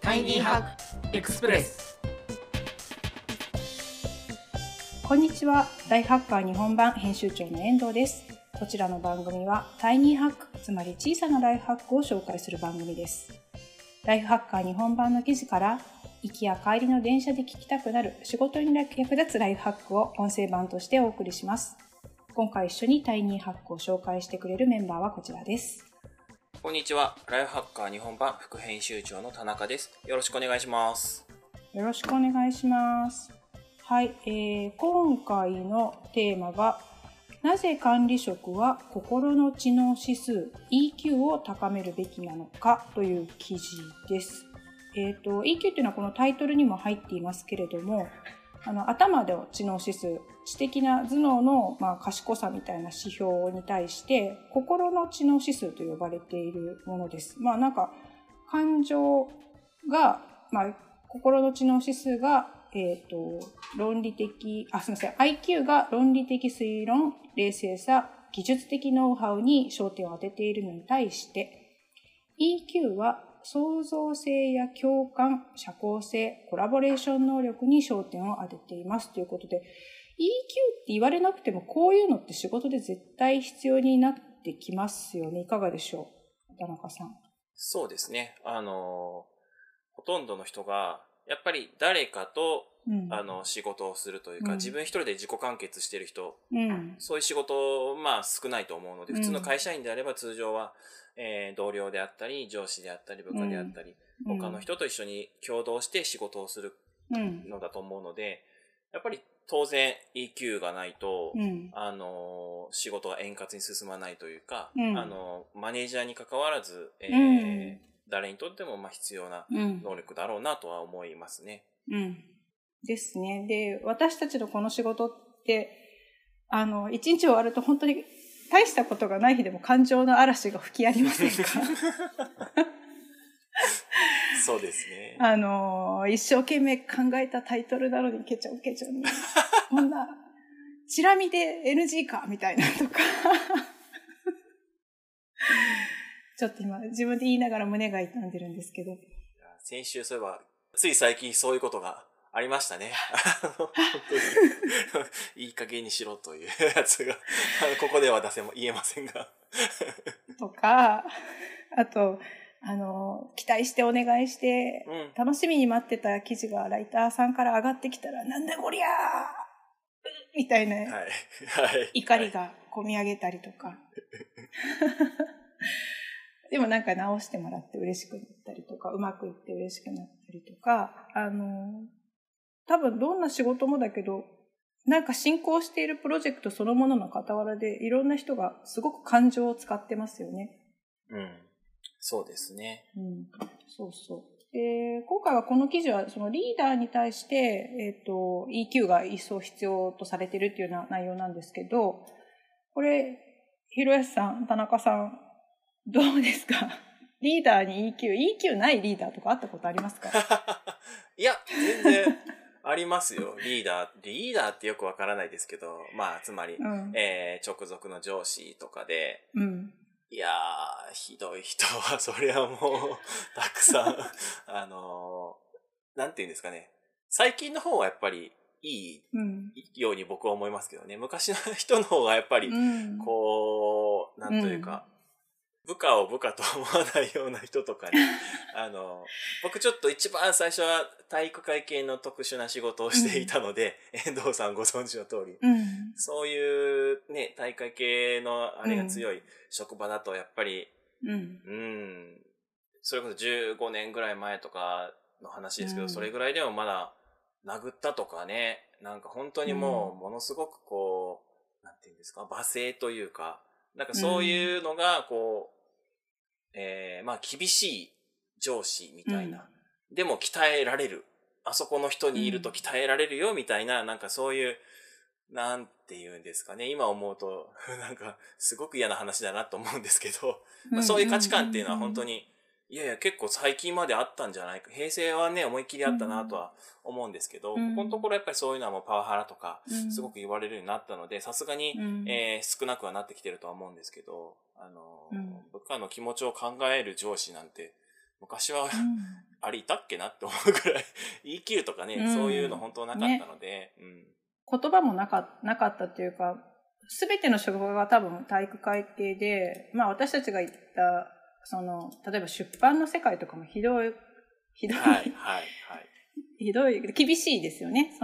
タイニーハックエクスプレス。 こんにちは。ライフハッカー日本版編集長の遠藤です。こちらの番組はタイニーハック、つまり小さなライフハックを紹介する番組です。ライフハッカー日本版の記事から行きや帰りの電車で聞きたくなる仕事に役立つライフハックを音声版としてお送りします。今回一緒にタイニーハックを紹介してくれるメンバーはこちらです。 こんにちは。ライフハッカー日本版副編集長の田中です。よろしくお願いします。 よろしくお願いします。はい、今回のテーマがなぜ管理職は心の知能指数 EQ を高めるべきなのかという記事です。EQ というのはこのタイトルにも入っていますけれども、頭での知能指数、知的な頭脳の、賢さみたいな指標に対して心の知能指数と呼ばれているものです。感情が、心の知能指数が論理的、IQ が論理的推論、冷静さ、技術的ノウハウに焦点を当てているのに対して、EQ は創造性や共感、社交性、コラボレーション能力に焦点を当てていますということで、EQ って言われなくてもこういうのって仕事で絶対必要になってきますよね。いかがでしょう、田中さん。 そうですね。ほとんどの人がやっぱり誰かと、仕事をするというか、自分一人で自己完結している人、そういう仕事少ないと思うので、普通の会社員であれば通常は、同僚であったり上司であったり部下であったり、他の人と一緒に共同して仕事をするのだと思うので、やっぱり当然 EQ がないと、仕事が円滑に進まないというか、マネージャーに関わらず、誰にとっても必要な能力だろうなとは思いますね。 ですね。で、私たちのこの仕事って、一日終わると本当に大したことがない日でも感情の嵐が吹き荒りませんか？ そうですね。 一生懸命考えたタイトルなのにケチョンケチョンに、こんな、チラ見で NG かみたいなとか。ちょっと今自分で言いながら胸が痛んでるんですけど。 先週そういえば、つい最近そういうことがありましたね。いい加減にしろというやつが、ここでは言えませんが。 とか、あと、期待してお願いして、楽しみに待ってた記事がライターさんから上がってきたら、なんだこりゃーみたいな、怒りがこみ上げたりとか。でも直してもらって嬉しくなったりとか、うまくいって嬉しくなったりとか、多分どんな仕事もだけど、進行しているプロジェクトそのものの傍らでいろんな人がすごく感情を使ってますよね。 そうですね。 そうそう。今回はこの記事はそのリーダーに対して、EQ が一層必要とされているというような内容なんですけど、これ、広安さん、田中さん、どうですか？リーダーに EQ ないリーダーとかあったことありますか？ いや、全然ありますよ。リーダーってよくわからないですけど、つまり、直属の上司とかで、いやー、ひどい人はそりゃもう、たくさん、なんていうんですかね。最近の方はやっぱりいいように僕は思いますけどね。昔の人の方がやっぱり、なんというか、部下を部下と思わないような人とかに、僕ちょっと一番最初は体育会系の特殊な仕事をしていたので、遠藤さんご存知の通り、そういうね、体育会系のあれが強い職場だとやっぱり、それこそ15年ぐらい前とかの話ですけど、それぐらいでもまだ殴ったとかね、本当にものすごくなんていうんですか、罵声というか、そういうのが厳しい上司みたいな、でも鍛えられる、あそこの人にいると鍛えられるよみたいな、そういう、なんていうんですかね、今思うとすごく嫌な話だなと思うんですけど、そういう価値観っていうのは本当にいや結構最近まであったんじゃないか、平成はね思いっきりあったなとは思うんですけど、ここのところやっぱりそういうのはもうパワハラとかすごく言われるようになったので、さすがに、少なくはなってきてるとは思うんですけど、部下の気持ちを考える上司なんて昔は、 あれいたっけなって思うぐらいEQ とかね、そういうの本当なかったので、 言葉もなかったっていうか、すべての職場が多分体育会系で、まあ私たちが言った、例えば出版の世界とかもひどい、厳しいですよね。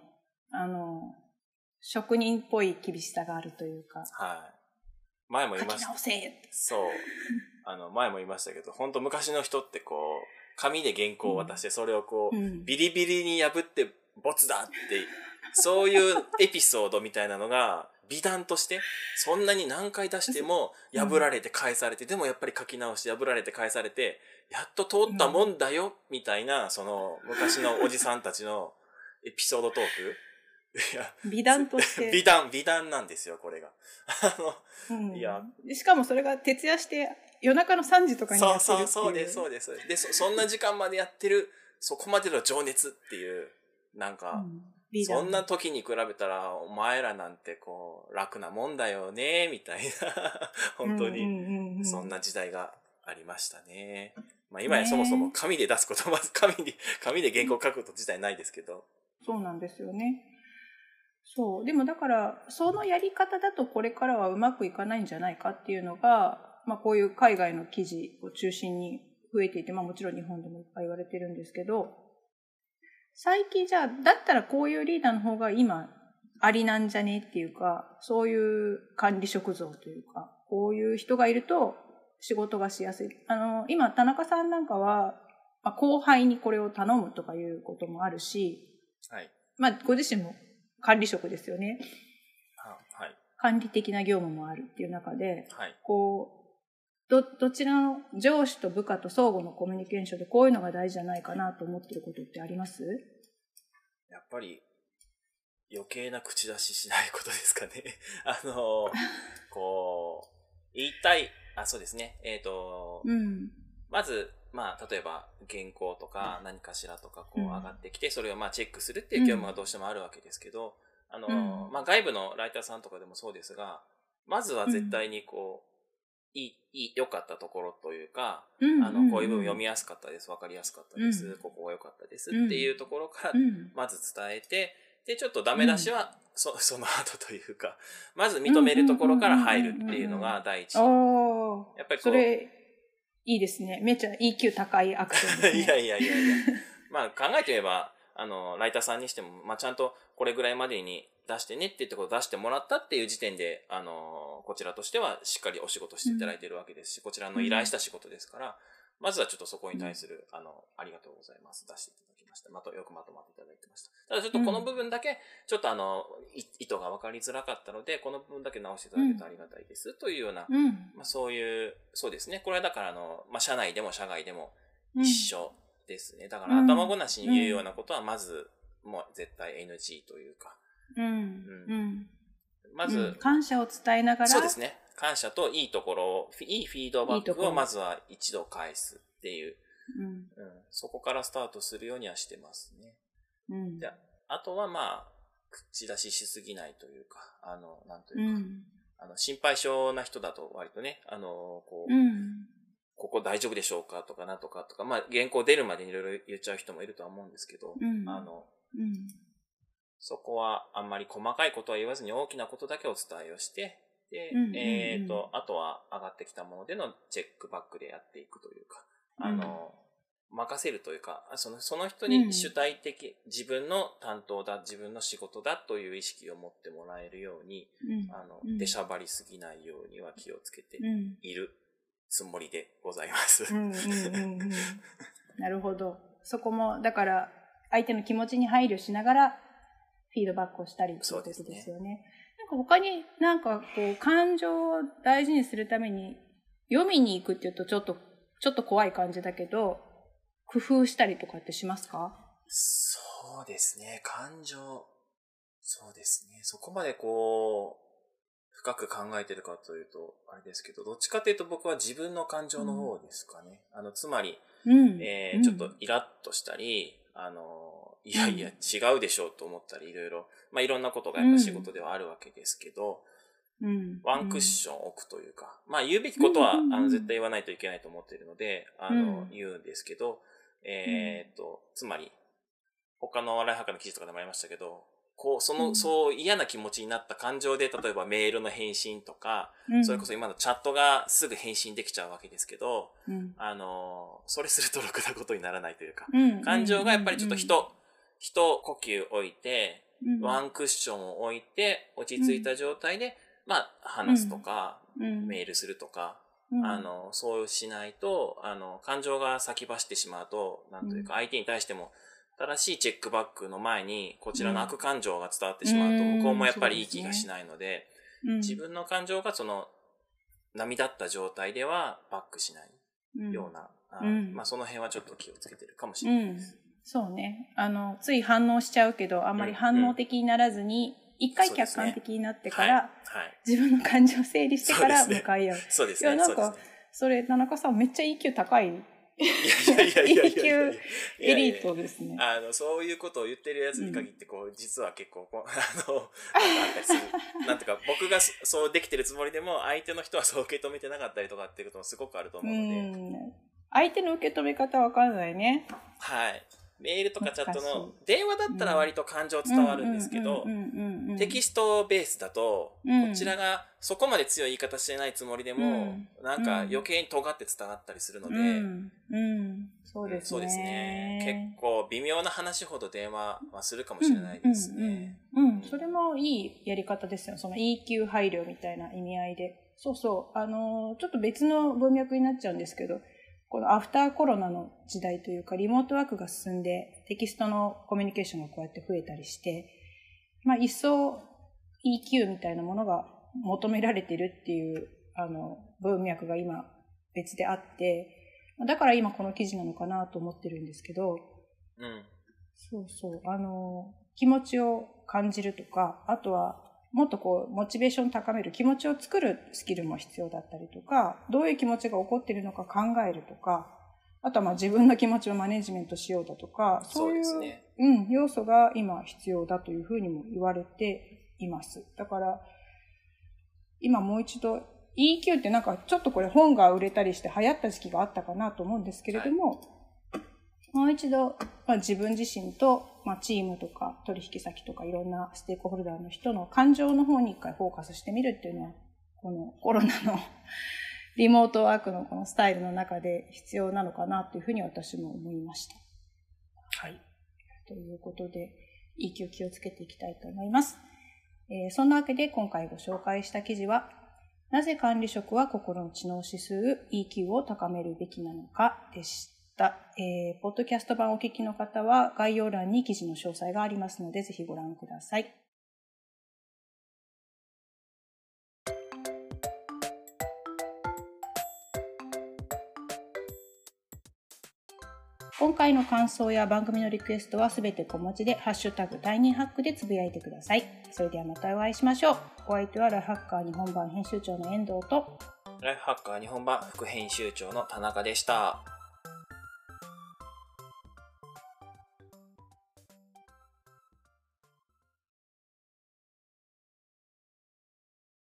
職人っぽい厳しさがあるというか。 はい。前も言いました。 書き直せって。 そう。前も言いましたけど、本当昔の人ってこう、紙で原稿を渡して、それをこう、ビリビリに破ってボツだって、そういうエピソードみたいなのが、美談として、そんなに何回出しても、破られて返されて、でもやっぱり書き直して破られて返されて、やっと通ったもんだよ、みたいな、昔のおじさんたちのエピソードトーク。いや美談として。 美談なんですよ、これが。いや。 しかもそれが徹夜して、夜中の3時とかにやってるっていう。 そうです。で、そんな時間までやってる、そこまでの情熱っていう、なんか、そんな時に比べたら、お前らなんてこう、楽なもんだよね、みたいな、本当に、そんな時代がありましたね。まあ今やそもそも紙で出すことは、紙で原稿書くこと自体ないですけど。 そうなんですよね。そう。でもだから、そのやり方だとこれからはうまくいかないんじゃないかっていうのが、まあこういう海外の記事を中心に増えていて、まあもちろん日本でもいっぱい言われてるんですけど、最近じゃあ、だったらこういうリーダーの方が今ありなんじゃねっていうか、そういう管理職像というか、こういう人がいると仕事がしやすい。今田中さんなんかは、まあ、後輩にこれを頼むとかいうこともあるし、 はい。 まあご自身も管理職ですよね。 はい。 管理的な業務もあるっていう中で、 はい。 こう、どちらの上司と部下と相互のコミュニケーションでこういうのが大事じゃないかなと思ってることってあります？ やっぱり余計な口出ししないことですかね。こう、言いたい、そうですね。まず、まあ、例えば原稿とか何かしらとかこう上がってきて、それをまあチェックするっていう業務がどうしてもあるわけですけど、まあ外部のライターさんとかでもそうですが、まずは絶対にこう、良かったところというか、こういう部分読みやすかったです、わかりやすかったです、ここが良かったですっていうところからまず伝えて、で、ちょっとダメ出しはその後というか、まず認めるところから入るっていうのが第一。やっぱりそれいいですね。めっちゃ EQ 高いアクションですね。 いや。まあ考えてみれば、ライターさんにしても、まあちゃんとこれぐらいまでに出してねって言ってことを出してもらったっていう時点で、こちらとしてはしっかりお仕事していただいているわけですし、こちらの依頼した仕事ですから、まずはちょっとそこに対する、ありがとうございます。出していただきました。よくまとまっていただいてました。ただちょっとこの部分だけ、ちょっと意図が分かりづらかったので、この部分だけ直していただけるとありがたいです。というような、まあそうですね。これはだからまあ社内でも社外でも一緒ですね。だから頭ごなしに言うようなことはまず、もう絶対 NG というか。まず、 感謝を伝えながら。 そうですね。感謝といいところ、いいフィードバックをまずは一度返すっていう。そこからスタートするようにはしてますね。で、あとはまあ、口出ししすぎないというか、なんというか、心配性な人だと割とね、ここ大丈夫でしょうかとかなんとかとか、まあ原稿出るまでにいろいろ言っちゃう人もいるとは思うんですけど、そこはあんまり細かいことは言わずに大きなことだけお伝えをして、で、あとは上がってきたものでのチェックバックでやっていくというか、任せるというか、その人に主体的、自分の担当だ、自分の仕事だという意識を持ってもらえるように、出しゃばりすぎないようには気をつけているつもりでございます。 なるほど。そこも、だから、相手の気持ちに配慮しながら、フィードバックをしたりということですよね。なんか他になんかこう、感情を大事にするために、読みに行くっていうとちょっと怖い感じだけど、工夫したりとかってしますか？ そうですね。感情。そうですね。そこまでこう、深く考えてるかというと、あれですけど、どっちかというと僕は自分の感情の方ですかね。つまり、ちょっとイラッとしたり、いやいや違うでしょうと思ったりいろいろ、まあいろんなことがやっぱ仕事ではあるわけですけど、ワンクッション置くというか、まあ言うべきことは絶対言わないといけないと思っているので、言うんですけど、 つまり、他のライフハッカーの記事とかでもありましたけど、そう嫌な気持ちになった感情で、例えばメールの返信とか、それこそ今のチャットがすぐ返信できちゃうわけですけど、それするとろくなことにならないというか、感情がやっぱりちょっと一呼吸置いて、ワンクッションを置いて、落ち着いた状態で、話すとか、メールするとか、そうしないと、感情が先走ってしまうと、なんというか、相手に対しても、正しいチェックバックの前に、こちらの悪感情が伝わってしまうと、向こうもやっぱりいい気がしないので、自分の感情が波立った状態ではバックしないような、その辺はちょっと気をつけてるかもしれないです。 そうね。つい反応しちゃうけど、あんまり反応的にならずに、一回客観的になってから、自分の感情を整理してから向かい合う。 そうですね。 いや、なんか、それ、田中さんめっちゃ EQ 高い。EQ エリートですね。 そういうことを言ってるやつに限って、実は結構、なんかあったりする。なんていうか、僕がそうできてるつもりでも、相手の人はそう受け止めてなかったりとかっていうこともすごくあると思うので。 相手の受け止め方わかんないね。 はい。メールとかチャットの、電話だったら割と感情伝わるんですけど、テキストベースだと、こちらがそこまで強い言い方してないつもりでも、なんか余計に尖って伝わったりするので、 そうですね。 そうですね。結構微妙な話ほど電話はするかもしれないですね。 それもいいやり方ですよ。その EQ 配慮みたいな意味合いで。そうそう。ちょっと別の文脈になっちゃうんですけど、このアフターコロナの時代というか、リモートワークが進んで、テキストのコミュニケーションがこうやって増えたりして、一層 EQ みたいなものが求められてるっていう、文脈が今別であって、だから今この記事なのかなと思ってるんですけど、そうそう、気持ちを感じるとか、あとは、もっとモチベーション高める気持ちを作るスキルも必要だったりとか、どういう気持ちが起こっているのか考えるとか、あとは自分の気持ちをマネジメントしようだとか、そういう、要素が今必要だというふうにも言われています。だから、今もう一度、EQ ってなんかちょっとこれ本が売れたりして流行った時期があったかなと思うんですけれども、もう一度、自分自身と、チームとか取引先とかいろんなステークホルダーの人の感情の方に一回フォーカスしてみるっていうのは、このコロナのリモートワークのこのスタイルの中で必要なのかなというふうに私も思いました。はい。ということで、EQ 気をつけていきたいと思います。そんなわけで今回ご紹介した記事は、なぜ管理職は心の知能指数 EQ を高めるべきなのかでした。ポッドキャスト版をお聞きの方は概要欄に記事の詳細がありますので、ぜひご覧ください。今回の感想や番組のリクエストはすべて小文字でハッシュタグタイニーハックでつぶやいてください。それではまたお会いしましょう。お相手はライフハッカー日本版編集長の遠藤とライフハッカー日本版副編集長の田中でした。